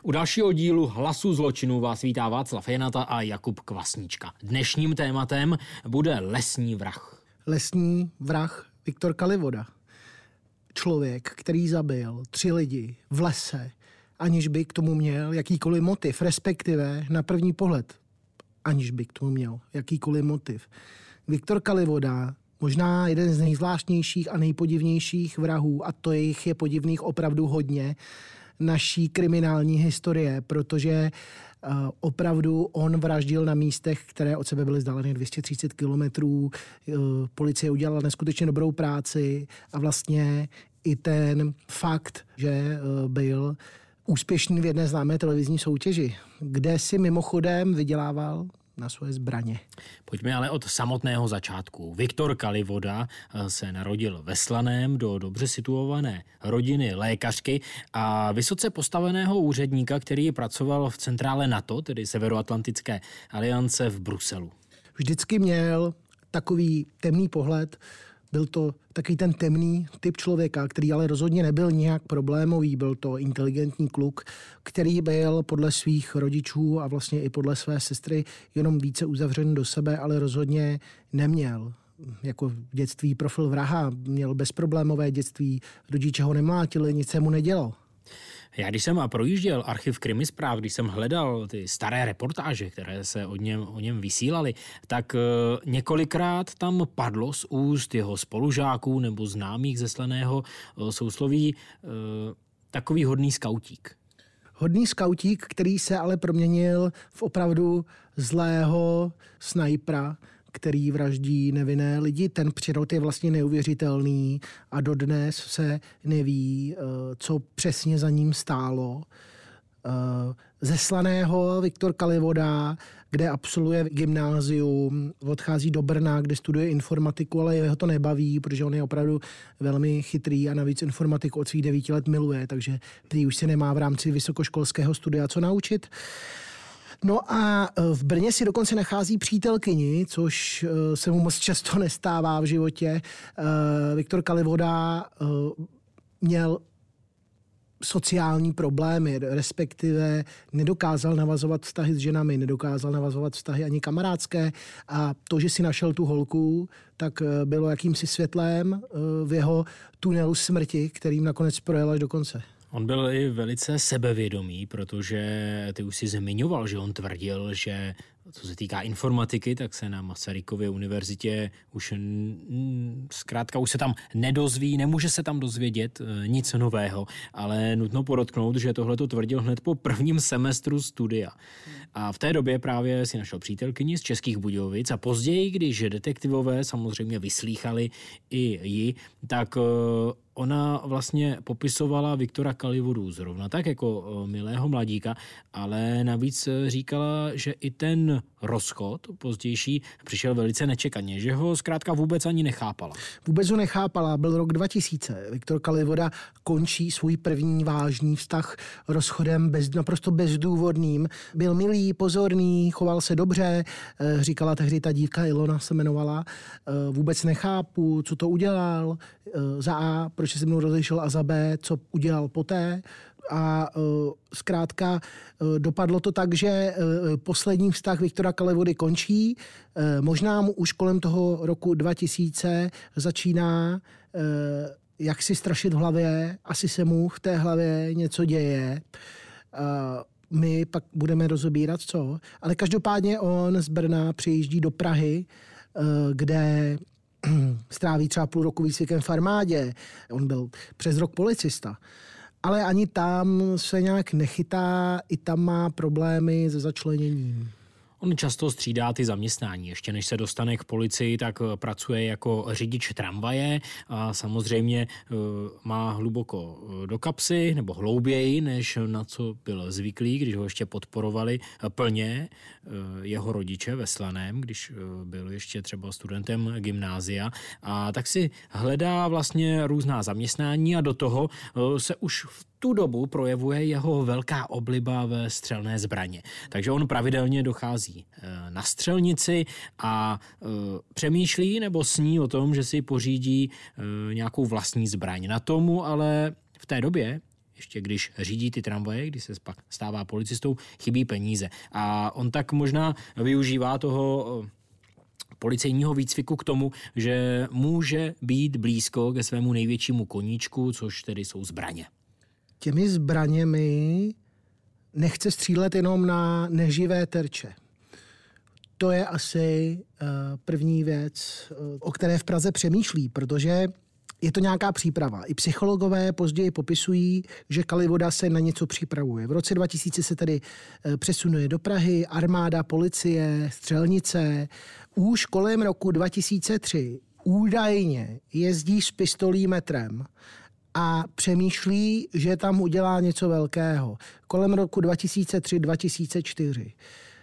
U dalšího dílu Hlasu zločinu vás vítá Václav Janata a Jakub Kvasnička. Dnešním tématem bude lesní vrah. Lesní vrah Viktor Kalivoda. Člověk, který zabil 3 lidi v lese, aniž by k tomu měl jakýkoliv motiv, respektive na první pohled, aniž by k tomu měl jakýkoliv motiv. Viktor Kalivoda, možná jeden z nejzvláštnějších a nejpodivnějších vrahů, a to jich je podivných opravdu hodně, naší kriminální historie, protože opravdu on vraždil na místech, které od sebe byly vzdáleny 230 kilometrů. Policie udělala neskutečně dobrou práci a vlastně i ten fakt, že byl úspěšný v jedné známé televizní soutěži, kde si mimochodem vydělával na svoje zbraně. Pojďme ale od samotného začátku. Viktor Kalivoda se narodil ve Slaném do dobře situované rodiny lékařky a vysoce postaveného úředníka, který pracoval v centrále NATO, tedy Severoatlantické aliance v Bruselu. Vždycky měl takový temný pohled. Byl to takový ten temný typ člověka, který ale rozhodně nebyl nijak problémový. Byl to inteligentní kluk, který byl podle svých rodičů a vlastně i podle své sestry jenom více uzavřen do sebe, ale rozhodně neměl jako v dětství profil vraha. Měl bezproblémové dětství, rodiče ho nemlátili, nic se mu nedělo. Já když jsem projížděl archiv Krimispráv, když jsem hledal ty staré reportáže, které se o něm vysílaly, tak několikrát tam padlo z úst jeho spolužáků nebo známých ze Slaného sousloví takový hodný skautík. Hodný skautík, který se ale proměnil v opravdu zlého snajpera, který vraždí nevinné lidi. Ten přírod je vlastně neuvěřitelný a dodnes se neví, co přesně za ním stálo. Ze Slaného Viktor Kalivoda, kde absolvuje gymnázium, odchází do Brna, kde studuje informatiku, ale jeho to nebaví, protože on je opravdu velmi chytrý a navíc informatiku od svých 9 let miluje, takže prý už se nemá v rámci vysokoškolského studia co naučit. No a v Brně si dokonce nachází přítelkyni, což se mu moc často nestává v životě. Viktor Kalivoda měl sociální problémy, respektive nedokázal navazovat vztahy s ženami, nedokázal navazovat vztahy ani kamarádské a to, že si našel tu holku, tak bylo jakýmsi světlem v jeho tunelu smrti, kterým nakonec projel až do konce. On byl i velice sebevědomý, protože ty už si zmiňoval, že on tvrdil, že co se týká informatiky, tak se na Masarykově univerzitě už zkrátka už se tam nedozví, nemůže se tam dozvědět nic nového, ale nutno podotknout, že tohle to tvrdil hned po prvním semestru studia. A v té době právě si našel přítelkyni z Českých Budějovic a později, když detektivové samozřejmě vyslýchali i ji, tak ona vlastně popisovala Viktora Kalivodu zrovna tak jako milého mladíka, ale navíc říkala, že i ten rozchod pozdější přišel velice nečekaně, že ho zkrátka vůbec ani nechápala. Vůbec ho nechápala, byl rok 2000. Viktor Kalivoda končí svůj první vážný vztah rozchodem naprosto bezdůvodným. Byl milý, pozorný, choval se dobře, říkala tehdy ta dívka Ilona se jmenovala, vůbec nechápu, co to udělal, za A, proč se mnou rozešel a za B, co udělal poté. A zkrátka dopadlo to tak, že poslední vztah Viktora Kalivody končí. Možná mu už kolem toho roku 2000 začíná jak si strašit v hlavě. Asi se mu v té hlavě něco děje. My pak budeme rozebírat co. Ale každopádně on z Brna přijíždí do Prahy, kde stráví třeba půl roku výcvikem v armádě. On byl přes rok policista. Ale ani tam se nějak nechytá, i tam má problémy se začleněním. On často střídá ty zaměstnání. Ještě než se dostane k policii, tak pracuje jako řidič tramvaje a samozřejmě má hluboko do kapsy, nebo hlouběji, než na co byl zvyklý, když ho ještě podporovali plně jeho rodiče ve Slaném, když byl ještě třeba studentem gymnázia. A tak si hledá vlastně různá zaměstnání a do toho se už v tu dobu projevuje jeho velká obliba ve střelné zbraně. Takže on pravidelně dochází na střelnici a přemýšlí nebo sní o tom, že si pořídí nějakou vlastní zbraň. Na tomu ale v té době ještě když řídí ty tramvaje, když se pak stává policistou, chybí peníze. A on tak možná využívá toho policejního výcviku k tomu, že může být blízko ke svému největšímu koníčku, což tedy jsou zbraně. Těmi zbraněmi nechce střílet jenom na neživé terče. To je asi první věc, o které v Praze přemýšlí, protože je to nějaká příprava. I psychologové později popisují, že Kalivoda se na něco připravuje. V roce 2000 se tedy přesunuje do Prahy armáda, policie, střelnice. Už kolem roku 2003 údajně jezdí s pistolí metrem a přemýšlí, že tam udělá něco velkého. Kolem roku 2003-2004.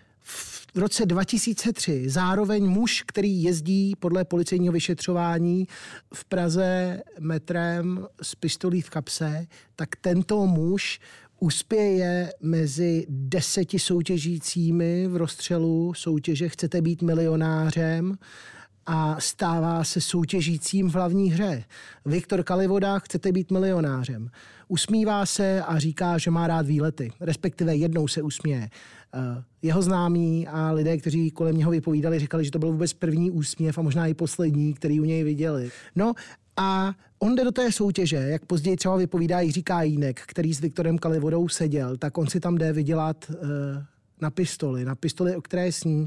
V roce 2003 zároveň muž, který jezdí podle policejního vyšetřování v Praze metrem s pistolí v kapse, tak tento muž uspěje mezi 10 soutěžícími v rozstřelu soutěže Chcete být milionářem a stává se soutěžícím v hlavní hře. Viktor Kalivoda, Chcete být milionářem. Usmívá se a říká, že má rád výlety. Respektive jednou se usměje. Jeho známí a lidé, kteří kolem něho vypovídali, říkali, že to byl vůbec první úsměv a možná i poslední, který u něj viděli. No a on jde do té soutěže, jak později třeba vypovídá Jiří Kajínek, který s Viktorem Kalivodou seděl, tak on si tam jde vydělat na pistoli, o které sní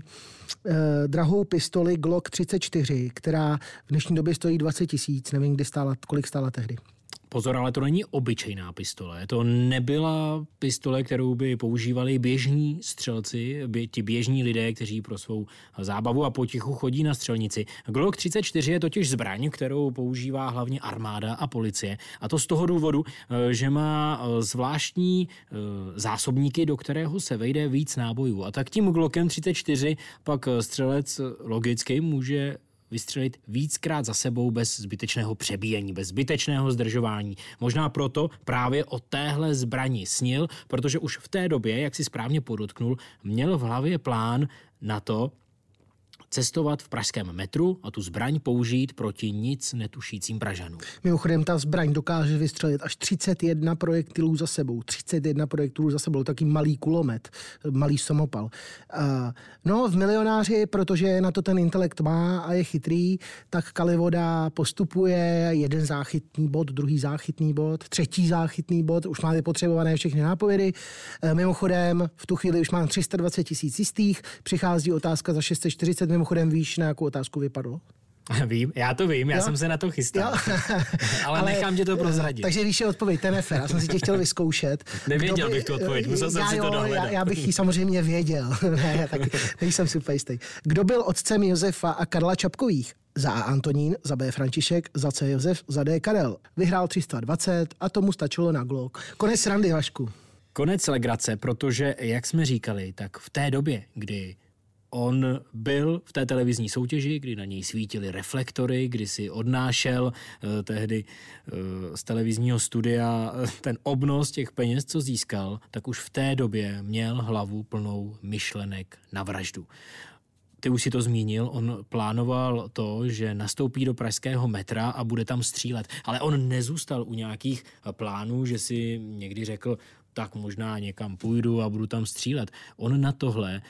drahou pistoli Glock 34, která v dnešní době stojí 20 000, nevím, kolik stála tehdy. Pozor, ale to není obyčejná pistole. To nebyla pistole, kterou by používali běžní střelci, ti běžní lidé, kteří pro svou zábavu a potichu chodí na střelnici. Glock 34 je totiž zbraň, kterou používá hlavně armáda a policie. A to z toho důvodu, že má zvláštní zásobníky, do kterého se vejde víc nábojů. A tak tím Glockem 34 pak střelec logicky může vystřelit víckrát za sebou bez zbytečného přebíjení, bez zbytečného zdržování. Možná proto právě o téhle zbrani snil, protože už v té době, jak si správně podotknul, měl v hlavě plán na to cestovat v pražském metru a tu zbraň použít proti nic netušícím Pražanům. Mimochodem, ta zbraň dokáže vystřelit až 31 projektilů za sebou. 31 projektilů za sebou, taky malý kulomet, malý samopal. No, v Milionáři, protože na to ten intelekt má a je chytrý, tak Kalivoda postupuje jeden záchytný bod, druhý záchytný bod, třetí záchytný bod, už má vypotřebované všechny nápovědy. Mimochodem, v tu chvíli už mám 320 000 jistých, přichází otázka za 640. Mimochodem, víš, na jakou otázku vypadlo? Vím, já to vím, já jsem se na to chystal. Ale nechám tě to prozradit. Takže víš, je odpověď, ten je fér. Já jsem si tě chtěl vyzkoušet. Nevěděl bych tu odpověď, musel jsem si to dohledat. Já bych ji samozřejmě věděl. Ne, tak nejsem super jistý. Kdo byl otcem Josefa a Karla Čapkových? Za A Antonín, za B František, za C Josef, za D Karel. Vyhrál 320 a tomu stačilo na Glock. Konec srandy, Vašku. Konec legrace, protože, jak jsme říkali, tak v té době, kdy on byl v té televizní soutěži, kdy na něj svítily reflektory, kdy si odnášel tehdy z televizního studia ten obnos těch peněz, co získal, tak už v té době měl hlavu plnou myšlenek na vraždu. Ty už si to zmínil, on plánoval to, že nastoupí do pražského metra a bude tam střílet. Ale on nezůstal u nějakých plánů, že si někdy řekl, tak možná někam půjdu a budu tam střílet. On na tohle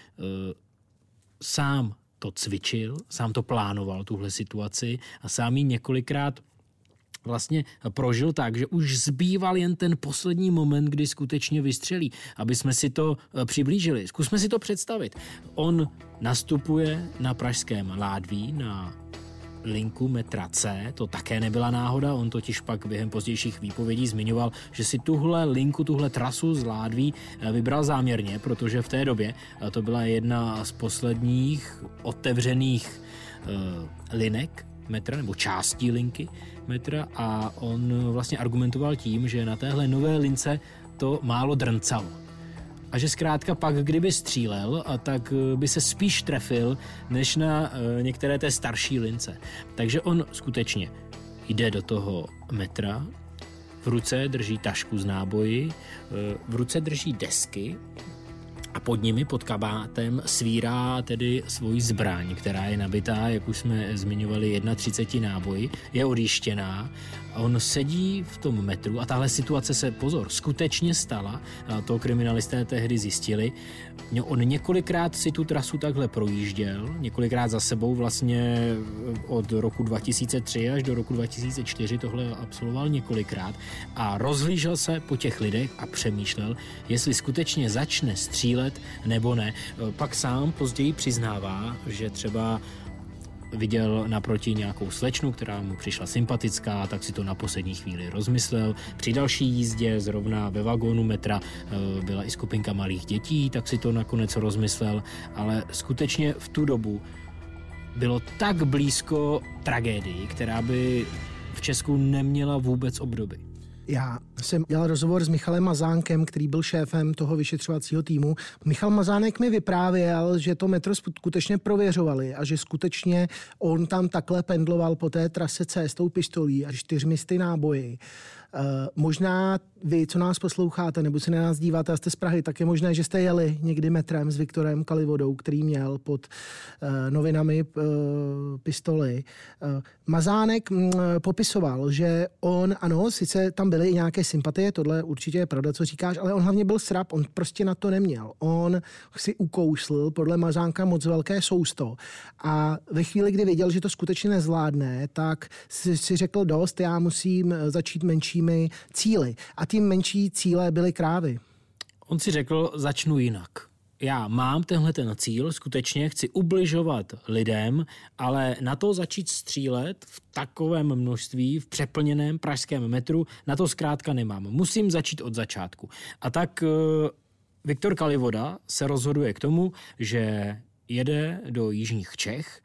sám to cvičil, sám to plánoval, tuhle situaci a sám ji několikrát vlastně prožil tak, že už zbýval jen ten poslední moment, kdy skutečně vystřelí. Aby jsme si to přiblížili. Zkusme si to představit. On nastupuje na pražském Ládví na linku metra C, to také nebyla náhoda, on totiž pak během pozdějších výpovědí zmiňoval, že si tuhle linku, tuhle trasu z Ládví vybral záměrně, protože v té době to byla jedna z posledních otevřených linek metra, nebo částí linky metra a on vlastně argumentoval tím, že na téhle nové lince to málo drncalo. A že zkrátka pak, kdyby střílel, tak by se spíš trefil, než na některé té starší lince. Takže on skutečně jde do toho metra, v ruce drží tašku s náboji, v ruce drží desky A pod nimi, pod kabátem, svírá tedy svoji zbraň, která je nabitá, jak už jsme zmiňovali, 31 náboji, je odjištěná. A on sedí v tom metru a tahle situace se, pozor, skutečně stala. A to kriminalisté tehdy zjistili. On několikrát si tu trasu takhle projížděl, několikrát za sebou, vlastně od roku 2003 až do roku 2004 tohle absolvoval několikrát a rozhlížel se po těch lidech a přemýšlel, jestli skutečně začne střílet nebo ne. Pak sám později přiznává, že třeba viděl naproti nějakou slečnu, která mu přišla sympatická, tak si to na poslední chvíli rozmyslel. Při další jízdě zrovna ve vagónu metra byla i skupinka malých dětí, tak si to nakonec rozmyslel, ale skutečně v tu dobu bylo tak blízko tragédii, která by v Česku neměla vůbec obdoby. Já jsem dělal rozhovor s Michalem Mazánkem, který byl šéfem toho vyšetřovacího týmu. Michal Mazánek mi vyprávěl, že to metro skutečně prověřovali a že skutečně on tam takhle pendloval po té trase C s tou pistolí a 400 náboji. Možná vy, co nás posloucháte, nebo se na nás díváte a jste z Prahy, tak je možné, že jste jeli někdy metrem s Viktorem Kalivodou, který měl pod novinami pistoli. Mazánek popisoval, že on, ano, sice tam byly i nějaké sympatie, tohle určitě je pravda, co říkáš, ale on hlavně byl srab, on prostě na to neměl. On si ukousl podle Mazánka moc velké sousto a ve chvíli, kdy věděl, že to skutečně nezvládne, tak si řekl dost, já musím začít menšími cíli. A ty menší cíle byly krávy. On si řekl, začnu jinak. Já mám tenhle ten cíl, skutečně chci ubližovat lidem, ale na to začít střílet v takovém množství, v přeplněném pražském metru, na to zkrátka nemám. Musím začít od začátku. A tak Viktor Kalivoda se rozhoduje k tomu, že jede do jižních Čech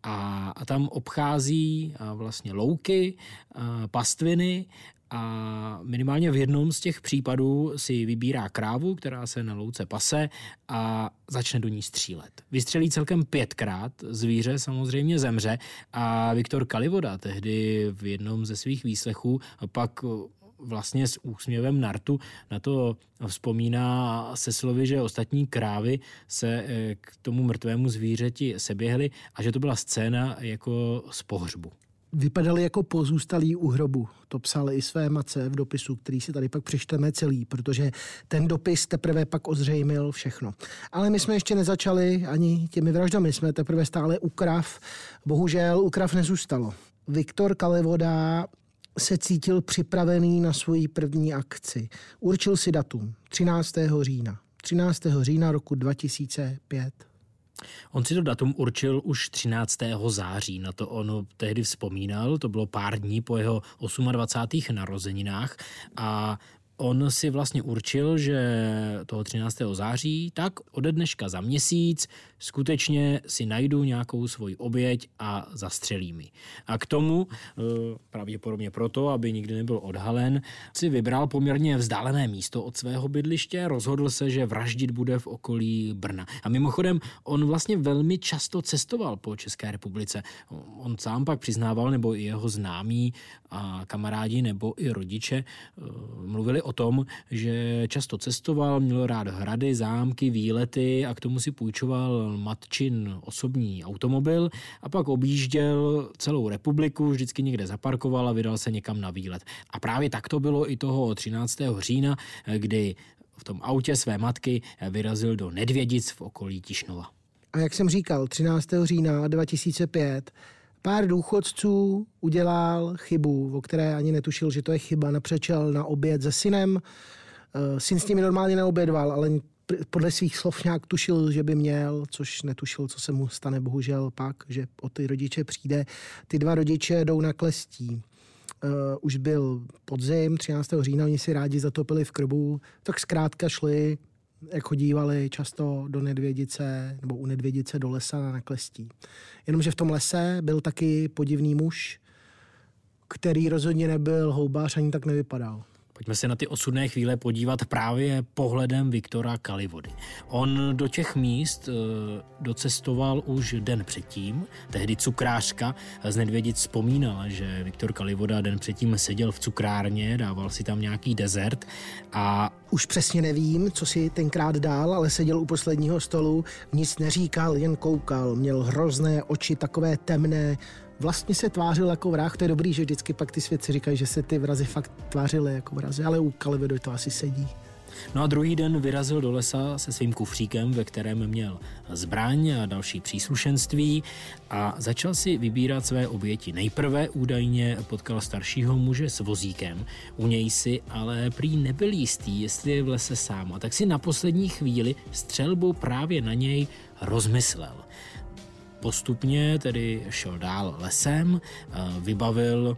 a tam obchází vlastně louky, pastviny a minimálně v jednom z těch případů si vybírá krávu, která se na louce pase a začne do ní střílet. Vystřelí celkem 5krát, zvíře samozřejmě zemře a Viktor Kalivoda tehdy v jednom ze svých výslechů pak vlastně s úsměvem na rtu na to vzpomíná se slovy, že ostatní krávy se k tomu mrtvému zvířeti seběhly a že to byla scéna jako z pohřbu. Vypadali jako pozůstalí u hrobu. To psal i své matce v dopisu, který si tady pak přečteme celý, protože ten dopis teprve pak ozřejmil všechno. Ale my jsme ještě nezačali ani těmi vraždami, jsme teprve stále u krav. Bohužel u krav nezůstalo. Viktor Kalivoda se cítil připravený na svoji první akci. Určil si datum 13. října. 13. října roku 2005. On si to datum určil už 13. září, na to on tehdy vzpomínal, to bylo pár dní po jeho 28. narozeninách a on si vlastně určil, že toho 13. září, tak ode dneška za měsíc skutečně si najdu nějakou svoji oběť a zastřelím ji. A k tomu, pravděpodobně proto, aby nikdy nebyl odhalen, si vybral poměrně vzdálené místo od svého bydliště, rozhodl se, že vraždit bude v okolí Brna. A mimochodem, on vlastně velmi často cestoval po České republice. On sám pak přiznával, nebo i jeho známí a kamarádi, nebo i rodiče mluvili o tom, že často cestoval, měl rád hrady, zámky, výlety a k tomu si půjčoval matčin osobní automobil a pak objížděl celou republiku, vždycky někde zaparkoval a vydal se někam na výlet. A právě tak to bylo i toho 13. října, kdy v tom autě své matky vyrazil do Nedvědic v okolí Tišnova. A jak jsem říkal, 13. října 2005 pár důchodců udělal chybu, o které ani netušil, že to je chyba. Napřečel na oběd se synem. Syn s nimi normálně neobědval, ale podle svých slov nějak tušil, že by měl, což netušil, co se mu stane bohužel pak, že o ty rodiče přijde. Ty dva rodiče jdou na Klestí. Už byl podzim, 13. října, oni si rádi zatopili v krbu, tak zkrátka šli, jak chodívali často do Nedvědice, nebo u Nedvědice do lesa na Klestí. Jenomže v tom lese byl taky podivný muž, který rozhodně nebyl houbář, ani tak nevypadal. Pojďme se na ty osudné chvíle podívat právě pohledem Viktora Kalivody. On do těch míst docestoval už den předtím. Tehdy cukrářka z Nedvědic vzpomínala, že Viktor Kalivoda den předtím seděl v cukrárně, dával si tam nějaký dezert a Už přesně nevím, co si tenkrát dál, ale seděl u posledního stolu, nic neříkal, jen koukal. Měl hrozné oči, takové temné. Vlastně se tvářil jako vrah, to je dobrý, že vždycky pak ty svědci říkají, že se ty vrazi fakt tvářily jako vrazi, ale u Kalividy to asi sedí. No a druhý den vyrazil do lesa se svým kufříkem, ve kterém měl zbraň a další příslušenství a začal si vybírat své oběti. Nejprve údajně potkal staršího muže s vozíkem. U něj si ale prý nebyl jistý, jestli je v lese sám. A tak si na poslední chvíli střelbu právě na něj rozmyslel. Postupně tedy šel dál lesem, vybavil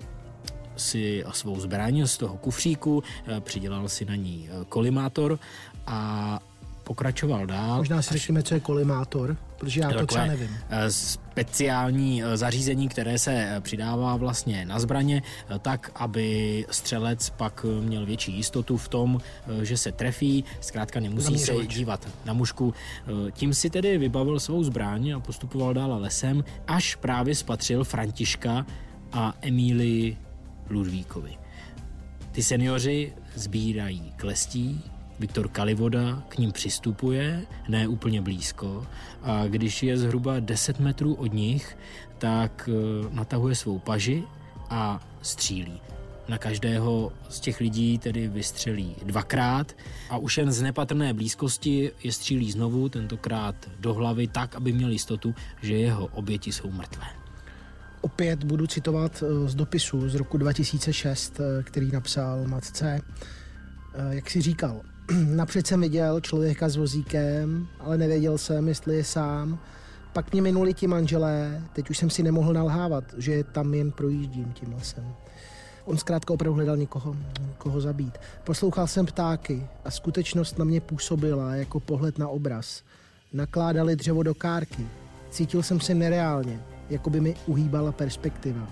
si svou zbraň z toho kufříku, přidělal si na ní kolimátor a pokračoval dál. Možná si řekneme, co je kolimátor, protože já to třeba nevím. Speciální zařízení, které se přidává vlastně na zbraně, tak, aby střelec pak měl větší jistotu v tom, že se trefí, zkrátka nemusí se dívat na mužku. Tím si tedy vybavil svou zbraň a postupoval dál lesem, až právě spatřil Františka a Emílii Ludvíkovi. Ty seniori sbírají klestí, Viktor Kalivoda k ním přistupuje, ne úplně blízko, a když je zhruba 10 metrů od nich, tak natahuje svou paži a střílí. Na každého z těch lidí tedy vystřelí 2krát a už jen z nepatrné blízkosti je střílí znovu, tentokrát do hlavy, tak, aby měl jistotu, že jeho oběti jsou mrtvé. Opět budu citovat z dopisu z roku 2006, který napsal matce. Jak si říkal, napřed jsem viděl člověka s vozíkem, ale nevěděl jsem, jestli je sám. Pak mě minuli ti manželé, teď už jsem si nemohl nalhávat, že tam jen projíždím tím lesem. On zkrátka opravdu hledal koho zabít. Poslouchal jsem ptáky a skutečnost na mě působila jako pohled na obraz. Nakládali dřevo do kárky. Cítil jsem se nereálně, jako by mi uhýbala perspektiva.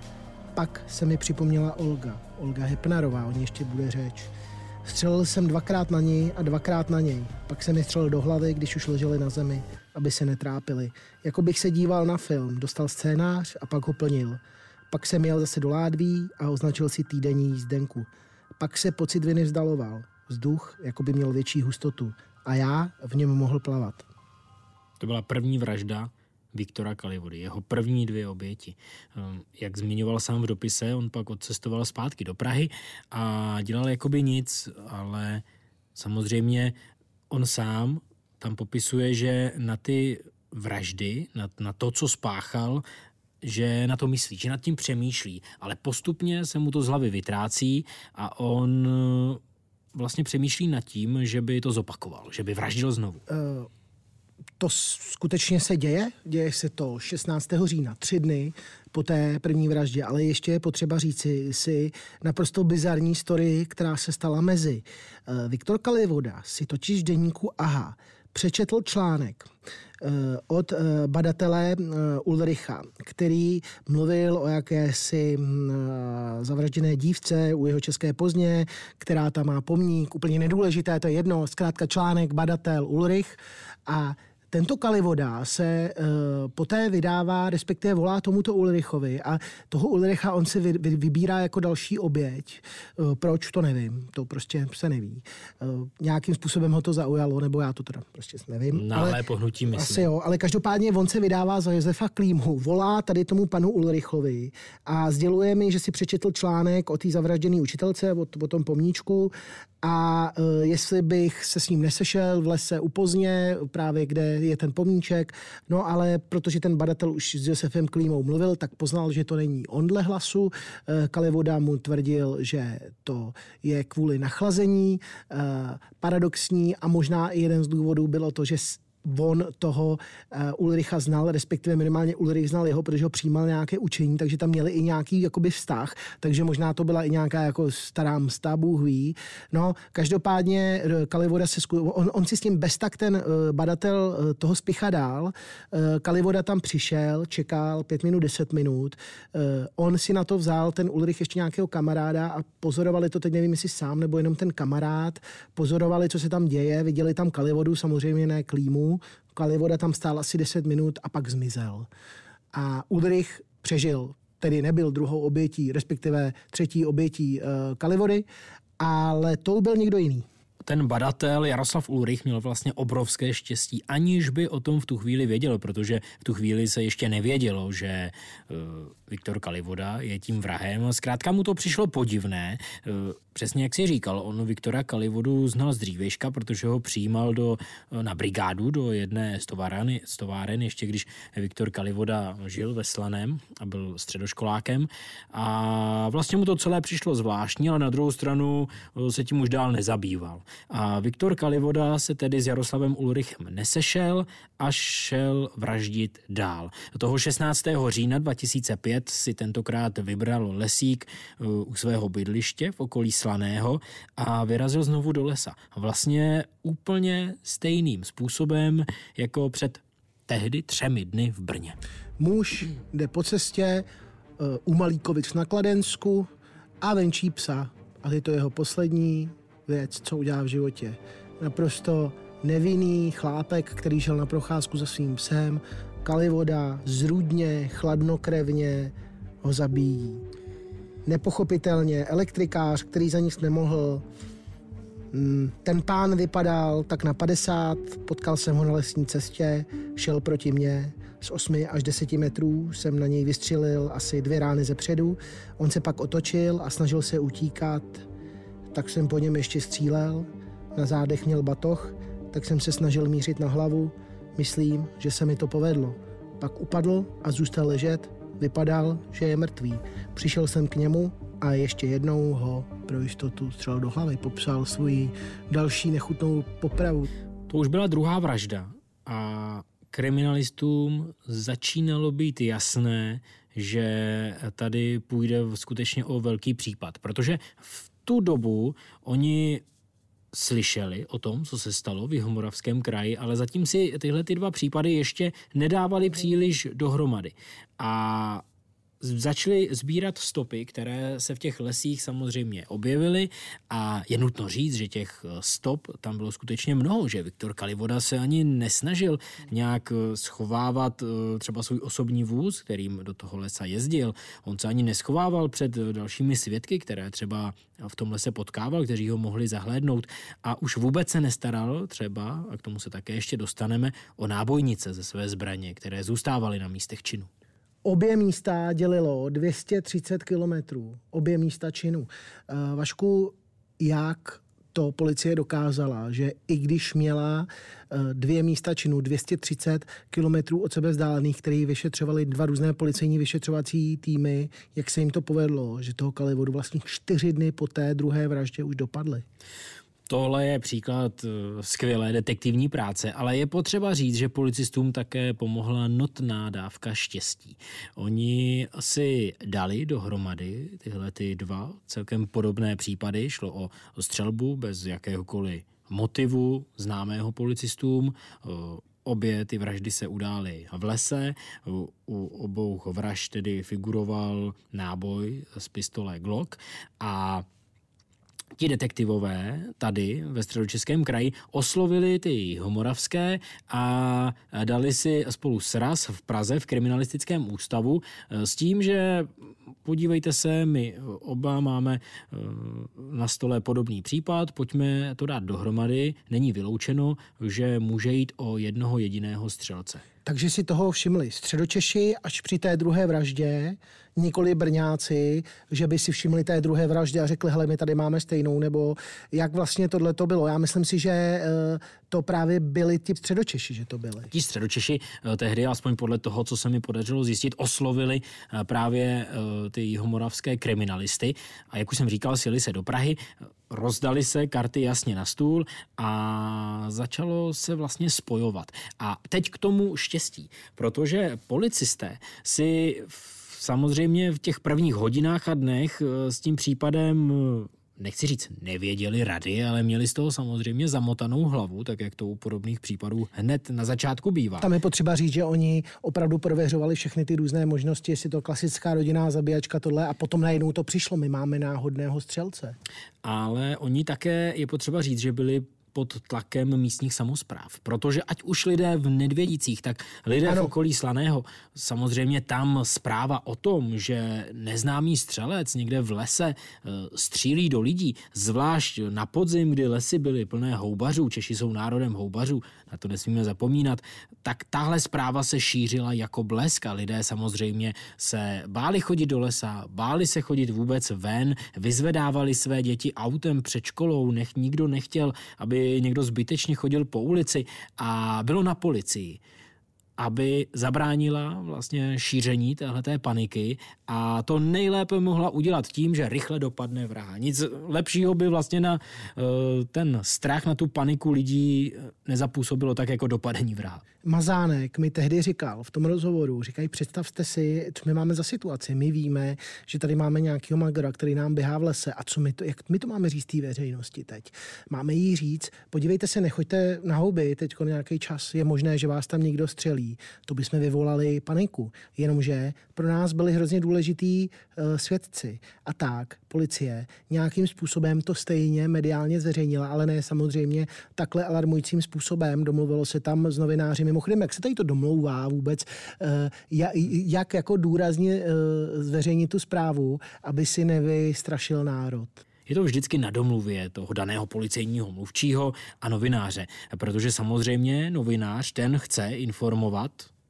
Pak se mi připomněla Olga Hepnarová, o ní ještě bude řeč. Střelil jsem 2krát na ní a 2krát na něj. Pak jsem je střelil do hlavy, když už leželi na zemi, aby se netrápili. Jako bych se díval na film, dostal scénář a pak ho plnil. Pak jsem jel zase do Ládví a označil si týdenní jízdenku. Pak se pocit viny vzdaloval. Vzduch, jako by měl větší hustotu. A já v něm mohl plavat. To byla první vražda Viktora Kalivody, jeho první 2 oběti. Jak zmiňoval sám v dopise, on pak odcestoval zpátky do Prahy a dělal jakoby nic, ale samozřejmě on sám tam popisuje, že na ty vraždy, na to, co spáchal, že na to myslí, že nad tím přemýšlí, ale postupně se mu to z hlavy vytrácí a on vlastně přemýšlí nad tím, že by to zopakoval, že by vraždil znovu. To skutečně se děje. Děje se to 16. října, 3 dny po té první vraždě, ale ještě je potřeba říci si naprosto bizarní story, která se stala mezi. Viktor Kalivoda si totiž v deníku AHA přečetl článek od badatele Ulricha, který mluvil o jakési zavražděné dívce u jeho České Pozdně, která tam má pomník, úplně nedůležité, to je jedno, zkrátka článek badatel Ulrich a tento Kalivoda se poté vydává, respektive volá tomuto Ulrichovi a toho Ulricha on si vybírá jako další oběť. Proč, to nevím, to prostě se neví. Nějakým způsobem ho to zaujalo, nebo já to teda prostě nevím. Náhlé pohnutí mysli. Asi jo, ale každopádně on se vydává za Josefa Klímu, volá tady tomu panu Ulrichovi a sděluje mi, že si přečetl článek o té zavražděné učitelce, o tom pomníčku a jestli bych se s ním nesešel v lese u Pozdně, právě kde je ten pomníček, no ale protože ten badatel už s Josefem Klímou mluvil, tak poznal, že to není on dle hlasu. Kalivoda mu tvrdil, že to je kvůli nachlazení, paradoxní a možná i jeden z důvodů bylo to, že on toho Ulricha znal, respektive minimálně Ulrich znal jeho, protože ho přijímal nějaké učení, takže tam měli i nějaký jakoby vztah, takže možná to byla i nějaká jako stará msta, Bůh ví. No, každopádně Kalivoda on si s tím bez tak ten badatel toho spěchá dál. Kalivoda tam přišel, čekal 5 minut, 10 minut. On si na to vzal ten Ulrich ještě nějakého kamaráda a pozorovali to, teď nevím, jestli sám nebo jenom ten kamarád, pozorovali, co se tam děje, viděli tam Kalivodu, samozřejmě ne Klímu. Kalivoda tam stál asi 10 minut a pak zmizel. A Ulrich přežil, tedy nebyl druhou obětí, respektive třetí obětí Kalivody, ale to byl někdo jiný. ten badatel Jaroslav Ulrich měl vlastně obrovské štěstí, aniž by o tom v tu chvíli věděl, protože v tu chvíli se ještě nevědělo, že Viktor Kalivoda je tím vrahem. Zkrátka mu to přišlo podivné. Přesně jak si říkal, on Viktora Kalivodu znal z dřívějška, protože ho přijímal na brigádu do jedné z továren, ještě když Viktor Kalivoda žil ve Slaném a byl středoškolákem. A vlastně mu to celé přišlo zvláštní, ale na druhou stranu se tím už dál nezabýval. A Viktor Kalivoda se tedy s Jaroslavem Ulrichem nesešel a šel vraždit dál. Toho 16. října 2005 si tentokrát vybral lesík u svého bydliště v okolí Slaného a vyrazil znovu do lesa. Vlastně úplně stejným způsobem jako před tehdy 3 dny v Brně. Muž jde po cestě u Malíkovic na Kladensku a venčí psa. A je to jeho poslední věc, co udělá v životě. Naprosto nevinný chlápek, který šel na procházku za svým psem. Kalivoda zrůdně, chladnokrevně ho zabíjí. Nepochopitelně elektrikář, který za nic nemohl. Ten pán vypadal tak na 50, potkal jsem ho na lesní cestě, šel proti mně. Z 8 až 10 metrů jsem na něj vystřelil asi 2 rány zepředu. On se pak otočil a snažil se utíkat, tak jsem po něm ještě střílel. Na zádech měl batoh, tak jsem se snažil mířit na hlavu. Myslím, že se mi to povedlo. Pak upadl a zůstal ležet. Vypadal, že je mrtvý. Přišel jsem k němu a ještě jednou ho pro jistotu střelil do hlavy. Popsal svoji další nechutnou popravu. To už byla druhá vražda a kriminalistům začínalo být jasné, že tady půjde skutečně o velký případ, protože v tu dobu oni slyšeli o tom, co se stalo v Jihomoravském kraji, ale zatím si tyhle 2 případy ještě nedávali příliš dohromady. A začali sbírat stopy, které se v těch lesích samozřejmě objevily a je nutno říct, že těch stop tam bylo skutečně mnoho, že Viktor Kalivoda se ani nesnažil nějak schovávat třeba svůj osobní vůz, kterým do toho lesa jezdil. On se ani neschovával před dalšími svědky, které třeba v tom lese potkával, kteří ho mohli zahlédnout a už vůbec se nestaral třeba, a k tomu se také ještě dostaneme, o nábojnice ze své zbraně, které zůstávaly na místech činu. Obě místa dělilo 230 kilometrů. Obě místa činu. Vašku, jak to policie dokázala, že i když měla 2 místa činu, 230 kilometrů od sebe vzdálených, který vyšetřovali 2 různé policejní vyšetřovací týmy, jak se jim to povedlo, že toho Kalivodu vlastně 4 dny po té druhé vraždě už dopadli? Tohle je příklad skvělé detektivní práce, ale je potřeba říct, že policistům také pomohla notná dávka štěstí. Oni si dali dohromady tyhle 2 celkem podobné případy. Šlo o střelbu bez jakéhokoliv motivu známého policistům. Obě ty vraždy se udály v lese. U obou vražd tedy figuroval náboj z pistole Glock a ti detektivové tady ve Středočeském kraji oslovili ty jihomoravské a dali si spolu sraz v Praze v kriminalistickém ústavu s tím, že podívejte se, my oba máme na stole podobný případ, pojďme to dát dohromady, není vyloučeno, že může jít o jednoho jediného střelce. Takže si toho všimli Středočeši až při té druhé vraždě, nikoli Brňáci, že by si všimli té druhé vraždy a řekli, hele, my tady máme stejnou, nebo jak vlastně tohle to bylo. Já myslím si, že to právě byli ti Středočeši, že to byli. Ti Středočeši tehdy, aspoň podle toho, co se mi podařilo zjistit, oslovili právě ty jihomoravské kriminalisty a jak už jsem říkal, sjeli se do Prahy, rozdali se karty jasně na stůl a začalo se vlastně spojovat. A teď k tomu štěstí, protože policisté si samozřejmě v těch prvních hodinách a dnech s tím případem, nechci říct, nevěděli rady, ale měli z toho samozřejmě zamotanou hlavu, tak jak to u podobných případů hned na začátku bývá. Tam je potřeba říct, že oni opravdu prověřovali všechny ty různé možnosti, jestli to klasická rodinná zabíjačka tohle a potom najednou to přišlo, my máme náhodného střelce. Ale oni také, je potřeba říct, že byli pod tlakem místních samospráv. Protože ať už lidé v Nedvědicích, tak lidé v okolí Slaného, samozřejmě tam zpráva o tom, že neznámý střelec někde v lese střílí do lidí, zvlášť na podzim, kdy lesy byly plné houbařů, Češi jsou národem houbařů, na to nesmíme zapomínat, tak tahle zpráva se šířila jako blesk a lidé samozřejmě se báli chodit do lesa, báli se chodit vůbec ven, vyzvedávali své děti autem před školou, nikdo nechtěl, aby někdo zbytečně chodil po ulici a bylo na policii, aby zabránila vlastně šíření téhleté paniky a to nejlépe mohla udělat tím, že rychle dopadne vraha. Nic lepšího by vlastně na ten strach, na tu paniku lidí nezapůsobilo tak jako dopadení vraha. Mazánek mi tehdy říkal v tom rozhovoru, říkají, představte si, co my máme za situaci. My víme, že tady máme nějakého magra, který nám běhá v lese a jak my to máme říct té veřejnosti teď? Máme jí říct, podívejte se, nechoďte na houby, teď nějaký čas, je možné, že vás tam někdo střelí. To bychom vyvolali paniku. Jenomže pro nás byli hrozně důležitý svědci. A tak policie nějakým způsobem to stejně mediálně zveřejnila, ale ne samozřejmě takhle alarmujícím způsobem. Domluvilo se tam s novináři. Mimochodem, jak se tady to domlouvá vůbec, jak jako důrazně zveřejnit tu zprávu, aby si nevystrašil národ? Je to vždycky na domluvě toho daného policejního mluvčího a novináře, protože samozřejmě novinář ten chce informovat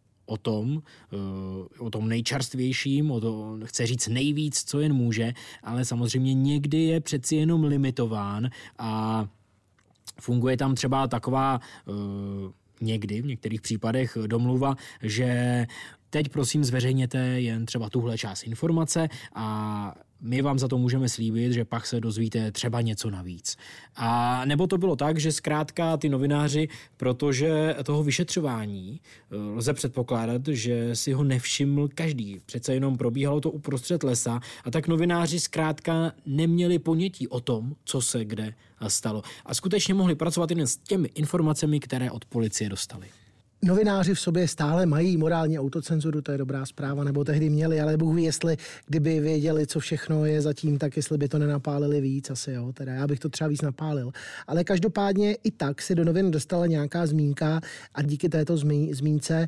o tom nejčerstvějším, chce říct nejvíc, co jen může, ale samozřejmě někdy je přeci jenom limitován a funguje tam třeba taková někdy v některých případech domluva, že teď prosím zveřejněte jen třeba tuhle část informace a my vám za to můžeme slíbit, že pak se dozvíte třeba něco navíc. A nebo to bylo tak, že zkrátka ty novináři, protože toho vyšetřování lze předpokládat, že si ho nevšiml každý. Přece jenom probíhalo to uprostřed lesa a tak novináři zkrátka neměli ponětí o tom, co se kde stalo. A skutečně mohli pracovat jen s těmi informacemi, které od policie dostali. Novináři v sobě stále mají morální autocenzuru, to je dobrá zpráva, nebo tehdy měli, ale Bůh ví, jestli kdyby věděli, co všechno je zatím, tak jestli by to nenapálili víc asi, jo, teda já bych to třeba víc napálil. Ale každopádně i tak se do novin dostala nějaká zmínka a díky této zmínce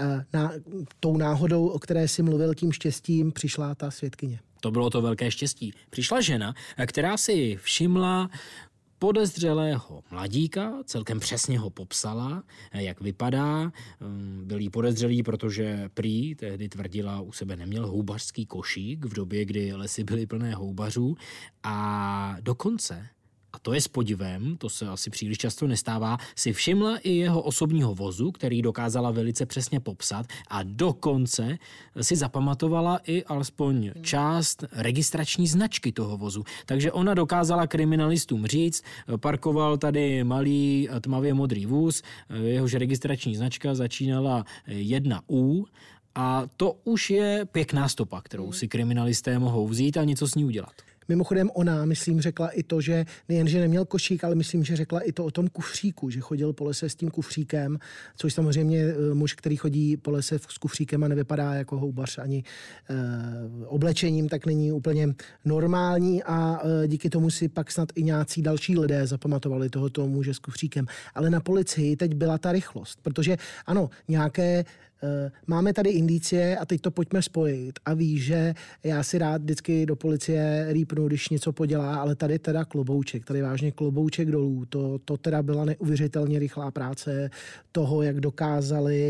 tou náhodou, o které si mluvil, tím štěstím, přišla ta svědkyně. To bylo to velké štěstí. Přišla žena, která si všimla podezřelého mladíka, celkem přesně ho popsala, jak vypadá. Byl jí podezřelý, protože prý tehdy tvrdila, u sebe neměl houbařský košík v době, kdy lesy byly plné houbařů a dokonce, a to je s podivem, to se asi příliš často nestává, si všimla i jeho osobního vozu, který dokázala velice přesně popsat a dokonce si zapamatovala i alespoň část registrační značky toho vozu. Takže ona dokázala kriminalistům říct, parkoval tady malý tmavě modrý vůz, jehož registrační značka začínala 1U a to už je pěkná stopa, kterou si kriminalisté mohou vzít a něco s ní udělat. Mimochodem ona, myslím, řekla i to, že nejen, že neměl košík, ale myslím, že řekla i to o tom kufříku, že chodil po lese s tím kufříkem, což samozřejmě muž, který chodí po lese s kufříkem a nevypadá jako houbař ani oblečením, tak není úplně normální a díky tomu si pak snad i nějací další lidé zapamatovali tohoto muže s kufříkem. Ale na policii teď byla ta rychlost, protože ano, nějaké máme tady indicie a teď to pojďme spojit. A víš, že já si rád vždycky do policie rýpnu, když něco podělá, ale tady teda klobouček, tady vážně klobouček dolů. To teda byla neuvěřitelně rychlá práce toho, jak dokázali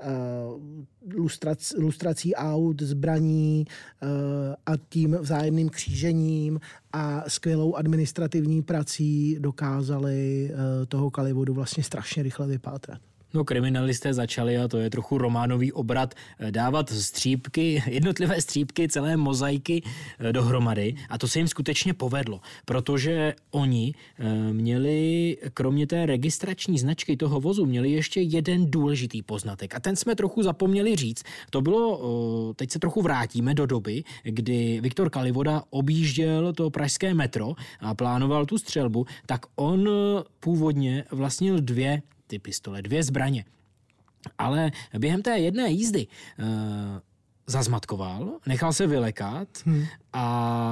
lustrací aut, zbraní a tím vzájemným křížením a skvělou administrativní prací dokázali toho Kalivodu vlastně strašně rychle vypátrat. No, kriminalisté začali, a to je trochu románový obrat, dávat střípky, jednotlivé střípky, celé mozaiky dohromady a to se jim skutečně povedlo, protože oni měli, kromě té registrační značky toho vozu, měli ještě jeden důležitý poznatek a ten jsme trochu zapomněli říct. To bylo, teď se trochu vrátíme do doby, kdy Viktor Kalivoda objížděl to pražské metro a plánoval tu střelbu, tak on původně vlastnil dvě zbraně. Ale během té jedné jízdy zazmatkoval, nechal se vylekat a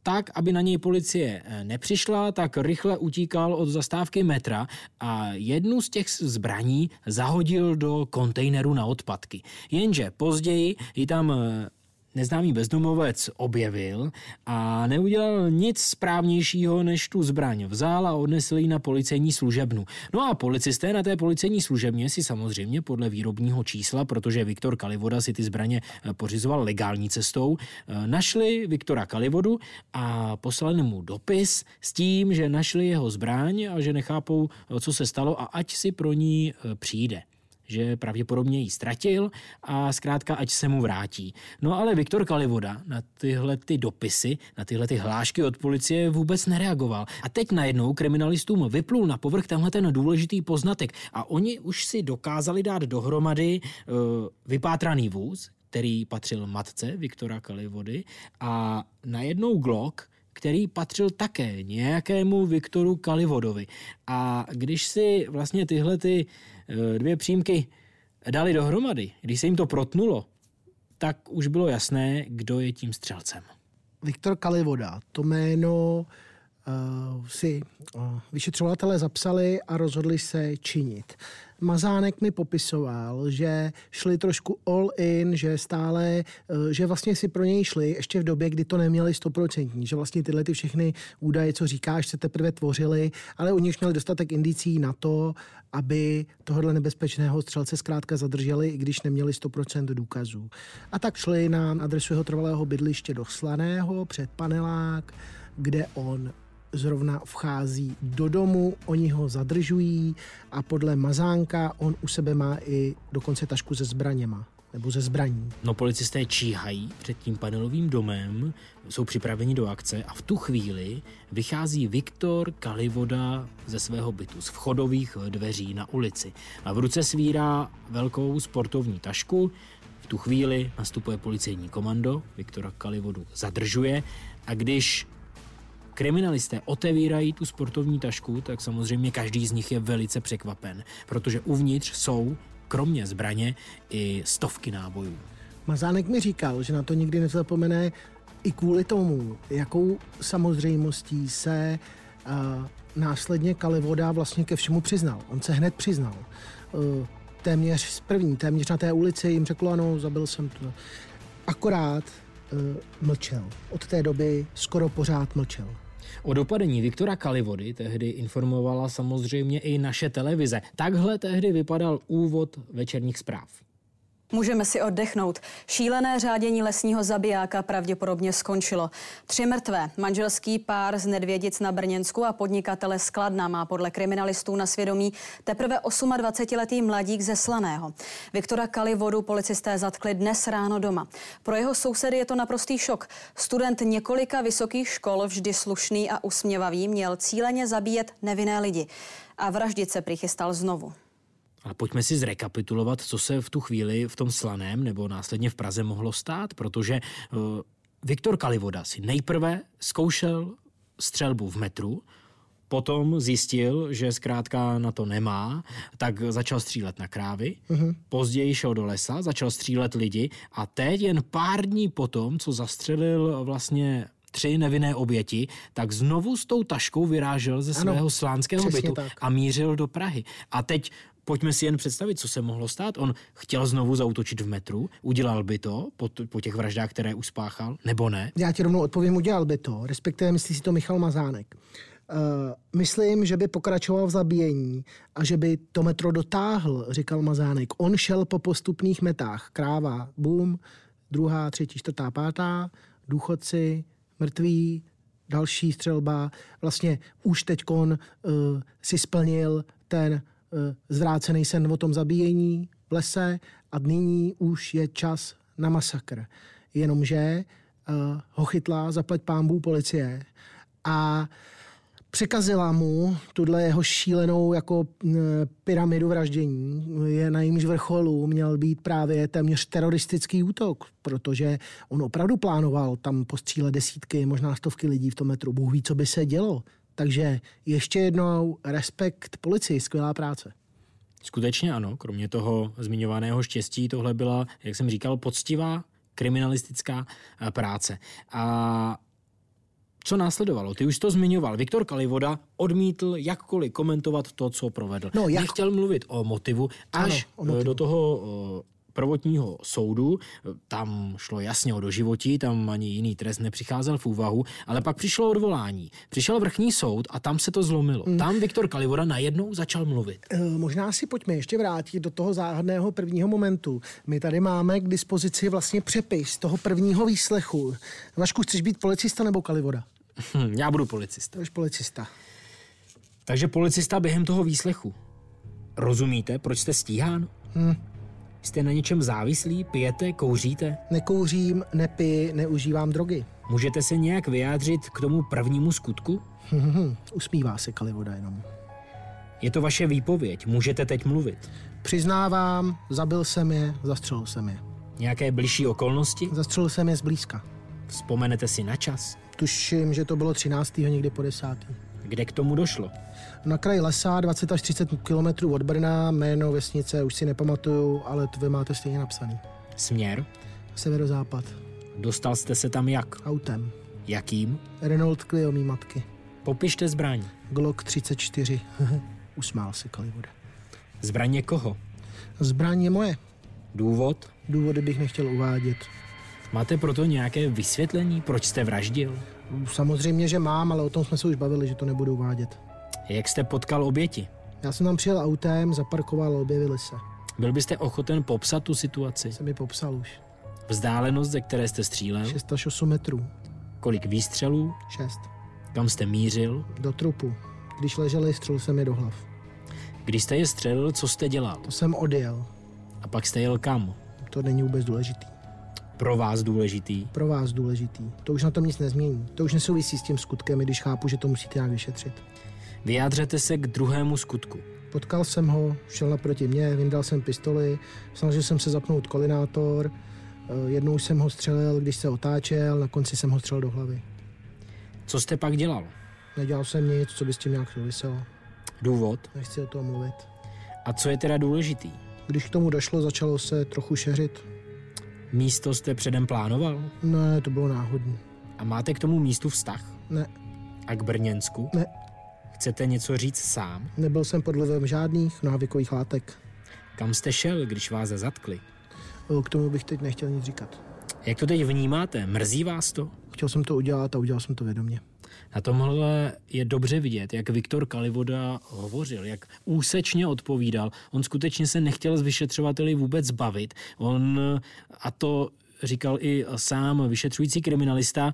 tak, aby na něj policie nepřišla, tak rychle utíkal od zastávky metra a jednu z těch zbraní zahodil do kontejneru na odpadky. Jenže později ji tam neznámý bezdomovec objevil a neudělal nic správnějšího, než tu zbraň vzal a odnesl ji na policejní služebnu. No a policisté na té policejní služebně si samozřejmě podle výrobního čísla, protože Viktor Kalivoda si ty zbraně pořizoval legální cestou, našli Viktora Kalivodu a poslali mu dopis s tím, že našli jeho zbraň a že nechápou, co se stalo a ať si pro ní přijde. Že pravděpodobně ji ztratil a zkrátka ať se mu vrátí. No ale Viktor Kalivoda na tyhle ty dopisy, na tyhle ty hlášky od policie vůbec nereagoval. A teď najednou kriminalistům vyplul na povrch tenhle ten důležitý poznatek a oni už si dokázali dát dohromady vypátraný vůz, který patřil matce Viktora Kalivody a najednou Glock, který patřil také nějakému Viktoru Kalivodovi. A když si vlastně tyhle ty dvě přímky dali dohromady, když se jim to protnulo, tak už bylo jasné, kdo je tím střelcem. Viktor Kalivoda, to jméno si vyšetřovatelé zapsali a rozhodli se činit. Mazánek mi popisoval, že šli trošku all in, že vlastně si pro něj šli ještě v době, kdy to neměli 100%, že vlastně tyhle ty všechny údaje, co říkáš, se teprve tvořily, ale u nich měli dostatek indicí na to, aby tohohle nebezpečného střelce zkrátka zadrželi, i když neměli 100% důkazů. A tak šli na adresu jeho trvalého bydliště do Slaného před panelák, kde on zrovna vchází do domu, oni ho zadržují a podle Mazánka on u sebe má i dokonce tašku se zbraněma, nebo ze zbraní. No policisté číhají před tím panelovým domem, jsou připraveni do akce a v tu chvíli vychází Viktor Kalivoda ze svého bytu, z vchodových dveří na ulici. A v ruce svírá velkou sportovní tašku. V tu chvíli nastupuje policejní komando, Viktora Kalivodu zadržuje a když kriminalisté otevírají tu sportovní tašku, tak samozřejmě každý z nich je velice překvapen, protože uvnitř jsou, kromě zbraně, i stovky nábojů. Mazánek mi říkal, že na to nikdy nezapomene i kvůli tomu, jakou samozřejmostí se následně Kalivoda vlastně ke všemu přiznal. On se hned přiznal. Téměř na té ulici jim řekl, ano, zabil jsem to. Akorát mlčel. Od té doby skoro pořád mlčel. O dopadení Viktora Kalivody tehdy informovala samozřejmě i naše televize. Takhle tehdy vypadal úvod večerních zpráv. Můžeme si oddechnout. Šílené řádění lesního zabijáka pravděpodobně skončilo. 3 mrtvé. Manželský pár z Nedvědic na Brněnsku a podnikatele z Kladna má podle kriminalistů na svědomí teprve 28letý mladík ze Slaného. Viktora Kalivodu policisté zatkli dnes ráno doma. Pro jeho sousedy je to naprostý šok. Student několika vysokých škol, vždy slušný a usměvavý, měl cíleně zabíjet nevinné lidi. A vraždit se přichystal znovu. Ale pojďme si zrekapitulovat, co se v tu chvíli v tom Slaném nebo následně v Praze mohlo stát, protože Viktor Kalivoda si nejprve zkoušel střelbu v metru, potom zjistil, že zkrátka na to nemá, tak začal střílet na krávy, později šel do lesa, začal střílet lidi a teď jen pár dní potom, co zastřelil vlastně 3 nevinné oběti, tak znovu s tou taškou vyrážel ze svého slánského bytu tak. A mířil do Prahy. A teď pojďme si jen představit, co se mohlo stát. On chtěl znovu zaútočit v metru, udělal by to po těch vraždách, které už spáchal, nebo ne? Já ti rovnou odpovím, udělal by to, respektive myslí si to Michal Mazánek. Myslím, že by pokračoval v zabíjení a že by to metro dotáhl, říkal Mazánek. On šel po postupných metách. Kráva, bum, 2., 3., 4., 5., důchodci, mrtví, další střelba. Vlastně už teďkon si splnil ten zvrácený sen o tom zabíjení v lese a nyní už je čas na masakr. Jenomže ho chytla zaplať pánbů policie a překazila mu tuhle jeho šílenou jako pyramidu vraždění. Je na jejímž vrcholu měl být právě téměř teroristický útok, protože on opravdu plánoval tam postřílet desítky, možná stovky lidí v tom metru. Bůh ví, co by se dělo. Takže ještě jednou respekt policii, skvělá práce. Skutečně ano, kromě toho zmiňovaného štěstí, tohle byla, jak jsem říkal, poctivá kriminalistická práce. A Co následovalo? Ty už to zmiňoval. Viktor Kalivoda odmítl jakkoliv komentovat to, co provedl. Nechtěl mluvit o motivu, až do toho prvotního soudu. Tam šlo jasně o doživotí, tam ani jiný trest nepřicházel v úvahu, ale pak přišlo odvolání. Přišel vrchní soud a tam se to zlomilo. Tam Viktor Kalivoda najednou začal mluvit. Možná si pojďme ještě vrátit do toho záhadného prvního momentu. My tady máme k dispozici vlastně přepis toho prvního výslechu. Vašku, chceš být policista nebo Kalivoda? Já budu policista. Jsi policista. Takže policista během toho výslechu. Rozumíte, proč jste stíhán? Jste na něčem závislí? Pijete? Kouříte? Nekouřím, nepiji, neužívám drogy. Můžete se nějak vyjádřit k tomu prvnímu skutku? Usmívá se Kalivoda jenom. Je to vaše výpověď, můžete teď mluvit. Přiznávám, zabil jsem je, zastřelil jsem je. Nějaké bližší okolnosti? Zastřelil jsem je zblízka. Vzpomenete si na čas? Tuším, že to bylo 13. někdy po 10. Kde k tomu došlo? Na kraji lesa, 20 až 30 kilometrů od Brna, jméno vesnice, už si nepamatuju, ale to vy máte stejně napsaný. Směr? Severozápad. Dostal jste se tam jak? Autem. Jakým? Renault Clio mý matky. Popište zbraň. Glock 34. Usmál se Kalivoda. Zbraň je koho? Zbraň je moje. Důvod? Důvody bych nechtěl uvádět. Máte proto nějaké vysvětlení, proč jste vraždil? Samozřejmě, že mám, ale o tom jsme se už bavili, že to nebudu uvádět. Jak jste potkal oběti? Já jsem tam přijel autem, zaparkoval a objevili se. Byl byste ochoten popsat tu situaci? Jsem mi popsal už. Vzdálenost, ze které jste střílel? 6 až 8 metrů. Kolik výstřelů? 6. Kam jste mířil? Do trupu. Když leželi, střelil jsem je do hlav. Když jste je střelil, co jste dělal? To jsem odjel. A pak jste jel kam? To není vůbec důležitý. Pro vás důležitý? Pro vás důležitý. To už na tom nic nezmění. To už nesouvisí s tím skutkem, i když chápu, že to musíte nějak vyšetřit. Vyjádřete se k druhému skutku. Potkal jsem ho, šel naproti mě, vyndal jsem pistoli, snažil jsem se zapnout kolinátor, jednou jsem ho střelil, když se otáčel, na konci jsem ho střelil do hlavy. Co jste pak dělal? Nedělal jsem nic, co by s tím nějak souviselo. Důvod? Nechci o tom mluvit. A co je teda důležitý? Když k tomu došlo, začalo se trochu šeřit. Místo jste předem plánoval? Ne, to bylo náhodní. A máte k tomu místu vztah? Ne. A k Brněnsku? Ne. Chcete něco říct sám? Nebyl jsem pod vlivem žádných návykových látek. Kam jste šel, když vás zatkli? K tomu bych teď nechtěl nic říkat. Jak to teď vnímáte? Mrzí vás to? Chtěl jsem to udělat a udělal jsem to vědomě. Na tomhle je dobře vidět, jak Viktor Kalivoda hovořil, jak úsečně odpovídal. On skutečně se nechtěl s vyšetřovateli vůbec bavit. A to říkal i sám vyšetřující kriminalista,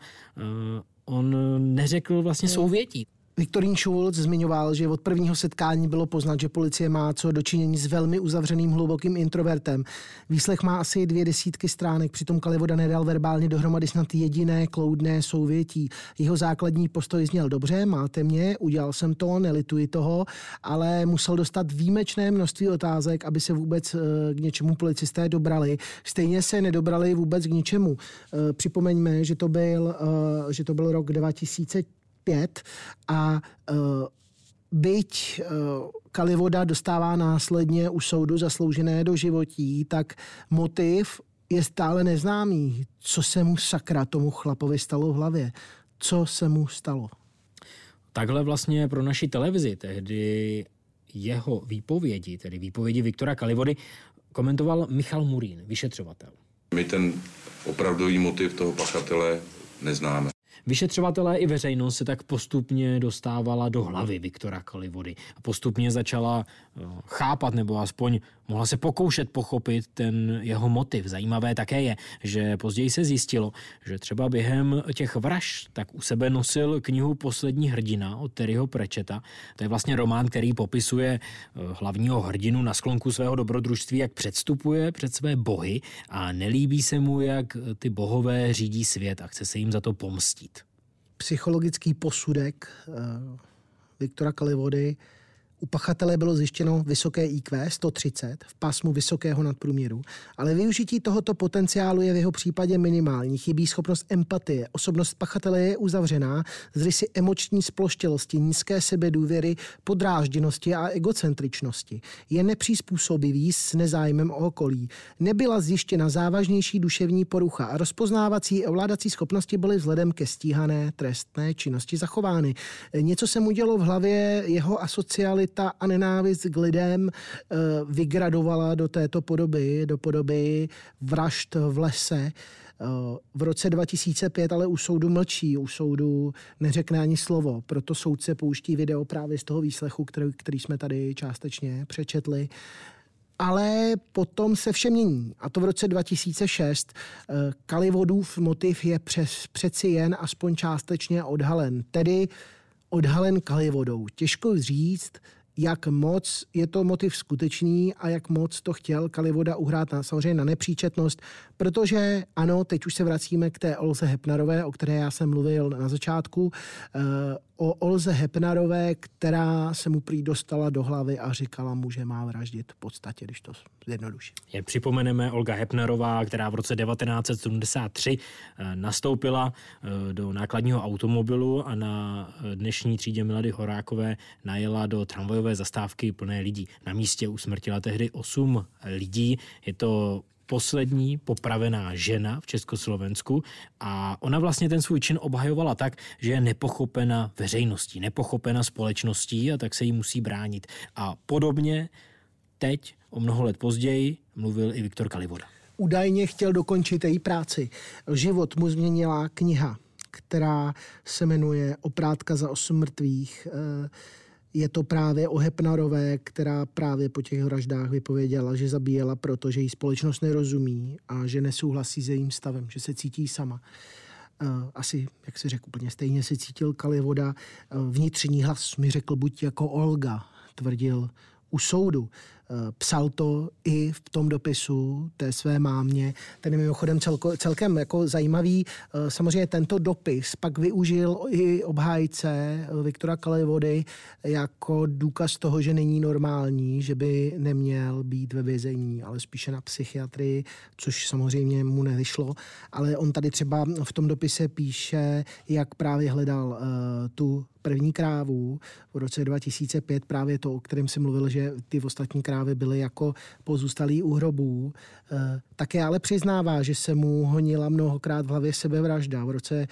on neřekl vlastně souvětí. Viktorín Schulz zmiňoval, že od prvního setkání bylo poznat, že policie má co dočinění s velmi uzavřeným hlubokým introvertem. Výslech má asi 200 stránek, přitom Kalivoda nedal verbálně dohromady snad jediné kloudné souvětí. Jeho základní postoj zněl: dobře, máte mě, udělal jsem to, nelituji toho, ale musel dostat výjimečné množství otázek, aby se vůbec k něčemu policisté dobrali. Stejně se nedobrali vůbec k ničemu. Připomeňme, že to byl rok 2005 a byť Kalivoda dostává následně u soudu zasloužené doživotí, tak motiv je stále neznámý. Co se mu sakra tomu chlapovi stalo v hlavě? Co se mu stalo? Takhle vlastně pro naši televizi tehdy jeho výpovědi, tedy výpovědi Viktora Kalivody, komentoval Michal Murín, vyšetřovatel. My ten opravdový motiv toho pachatele neznáme. Vyšetřovatelé i veřejnost se tak postupně dostávala do hlavy Viktora Kalivody a postupně začala chápat, nebo aspoň mohla se pokoušet pochopit ten jeho motiv. Zajímavé také je, že později se zjistilo, že třeba během těch vražd tak u sebe nosil knihu Poslední hrdina od Terryho Pratchetta. To je vlastně román, který popisuje hlavního hrdinu na sklonku svého dobrodružství, jak předstupuje před své bohy a nelíbí se mu, jak ty bohové řídí svět a chce se jim za to pomstít. Psychologický posudek Viktora Kalivody U pachatele bylo zjištěno vysoké IQ 130 v pásmu vysokého nadprůměru, ale využití tohoto potenciálu je v jeho případě minimální. Chybí schopnost empatie. Osobnost pachatele je uzavřená z rysy emoční sploštělosti, nízké sebedůvěry, podrážděnosti a egocentričnosti. Je nepřizpůsobivý s nezájmem o okolí. Nebyla zjištěna závažnější duševní porucha a rozpoznávací a ovládací schopnosti byly vzhledem ke stíhané trestné činnosti zachovány. Něco se mu dělo v hlavě, jeho asocialita a nenávist k lidem vygradovala do této podoby, do podoby vražd v lese. V roce 2005 ale u soudu mlčí, u soudu neřekne ani slovo, proto soudce pouští video právě z toho výslechu, který jsme tady částečně přečetli. Ale potom se vše mění. A to v roce 2006 Kalivodův motiv je přeci jen aspoň částečně odhalen. Tedy odhalen Kalivodou. Těžko říct, jak moc je to motiv skutečný a jak moc to chtěl Kalivoda uhrát samozřejmě na nepříčetnost, protože ano, teď už se vracíme k té Olze Hepnarové, o které já jsem mluvil na začátku, o Olze Hepnarové, která se mu prý dostala do hlavy a říkala mu, že má vraždit v podstatě, když to zjednoduší. Jen připomeneme, Olga Hepnarová, která v roce 1973 nastoupila do nákladního automobilu a na dnešní třídě Milady Horákové najela do tramvajové zastávky plné lidí. Na místě usmrtila tehdy 8 lidí. Je to poslední popravená žena v Československu a ona vlastně ten svůj čin obhajovala tak, že je nepochopena veřejností, nepochopena společností a tak se jí musí bránit. A podobně teď, o mnoho let později, mluvil i Viktor Kalivoda. Údajně chtěl dokončit její práci. Život mu změnila kniha, která se jmenuje Oprátka za 8 mrtvých. Je to právě o Hepnarové, která právě po těch vraždách vypověděla, že zabíjela proto, že jí společnost nerozumí a že nesouhlasí s jejím stavem, že se cítí sama. Asi, jak si řekl, úplně stejně se cítil Kalivoda. Vnitřní hlas mi řekl, buď jako Olga, tvrdil u soudu. Psal to i v tom dopisu té své mámě. Ten je mimochodem celkem jako zajímavý. Samozřejmě tento dopis pak využil i obhájce Viktora Kalivody jako důkaz toho, že není normální, že by neměl být ve vězení, ale spíše na psychiatrii, což samozřejmě mu nevyšlo. Ale on tady třeba v tom dopise píše, jak právě hledal tu první krávu v roce 2005, právě to, o kterém jsem mluvil, že ty ostatní krávy byly jako pozůstalí u hrobů. Také ale přiznává, že se mu honila mnohokrát v hlavě sebevražda. V roce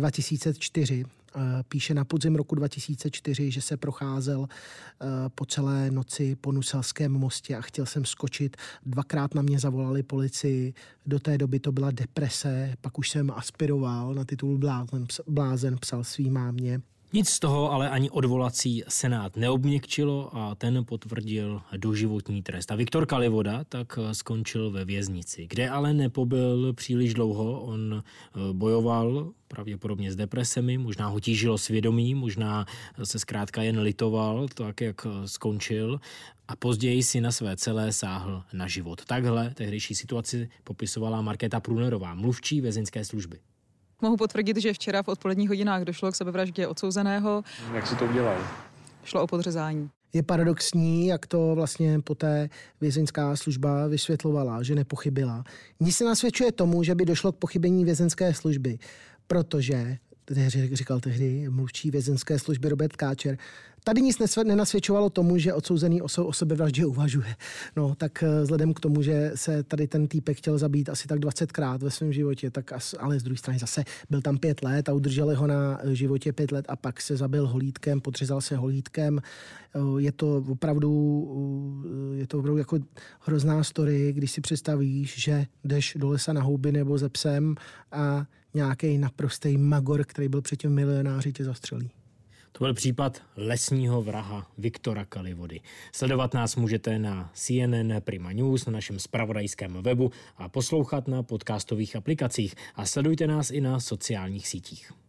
2004 píše na podzim roku 2004, že se procházel po celé noci po Nuselském mostě a chtěl jsem skočit. 2krát na mě zavolali policii. Do té doby to byla deprese, pak už jsem aspiroval na titul blázen, psal svý mámě. Nic z toho ale ani odvolací senát neobměkčilo a ten potvrdil doživotní trest. A Viktor Kalivoda tak skončil ve věznici, kde ale nepobyl příliš dlouho. On bojoval pravděpodobně s depresemi, možná ho tížilo svědomí, možná se zkrátka jen litoval, tak jak skončil a později si na své celé sáhl na život. Takhle tehdejší situaci popisovala Markéta Prunerová, mluvčí vězeňské služby. Mohu potvrdit, že včera v odpoledních hodinách došlo k sebevraždě odsouzeného. Jak si to udělal? Šlo o podřezání. Je paradoxní, jak to vlastně poté vězeňská služba vysvětlovala, že nepochybila. Nic se nasvědčuje tomu, že by došlo k pochybení vězeňské služby, protože, říkal tehdy mluvčí vězeňské služby Robert Káčer, tady nic nenasvědčovalo tomu, že odsouzený o sebevraždě uvažuje. No, tak vzhledem k tomu, že se tady ten týpek chtěl zabít asi tak 20krát ve svém životě, tak ale z druhé strany zase byl tam 5 let a udrželi ho na životě 5 let a pak se zabil holítkem, podřezal se holítkem. Je to opravdu jako hrozná story, když si představíš, že jdeš do lesa na houby nebo ze psem a nějaký naprostý magor, který byl předtím milionáři, tě zastřelí. To byl případ lesního vraha Viktora Kalivody. Sledovat nás můžete na CNN Prima News, na našem zpravodajském webu a poslouchat na podcastových aplikacích. A sledujte nás i na sociálních sítích.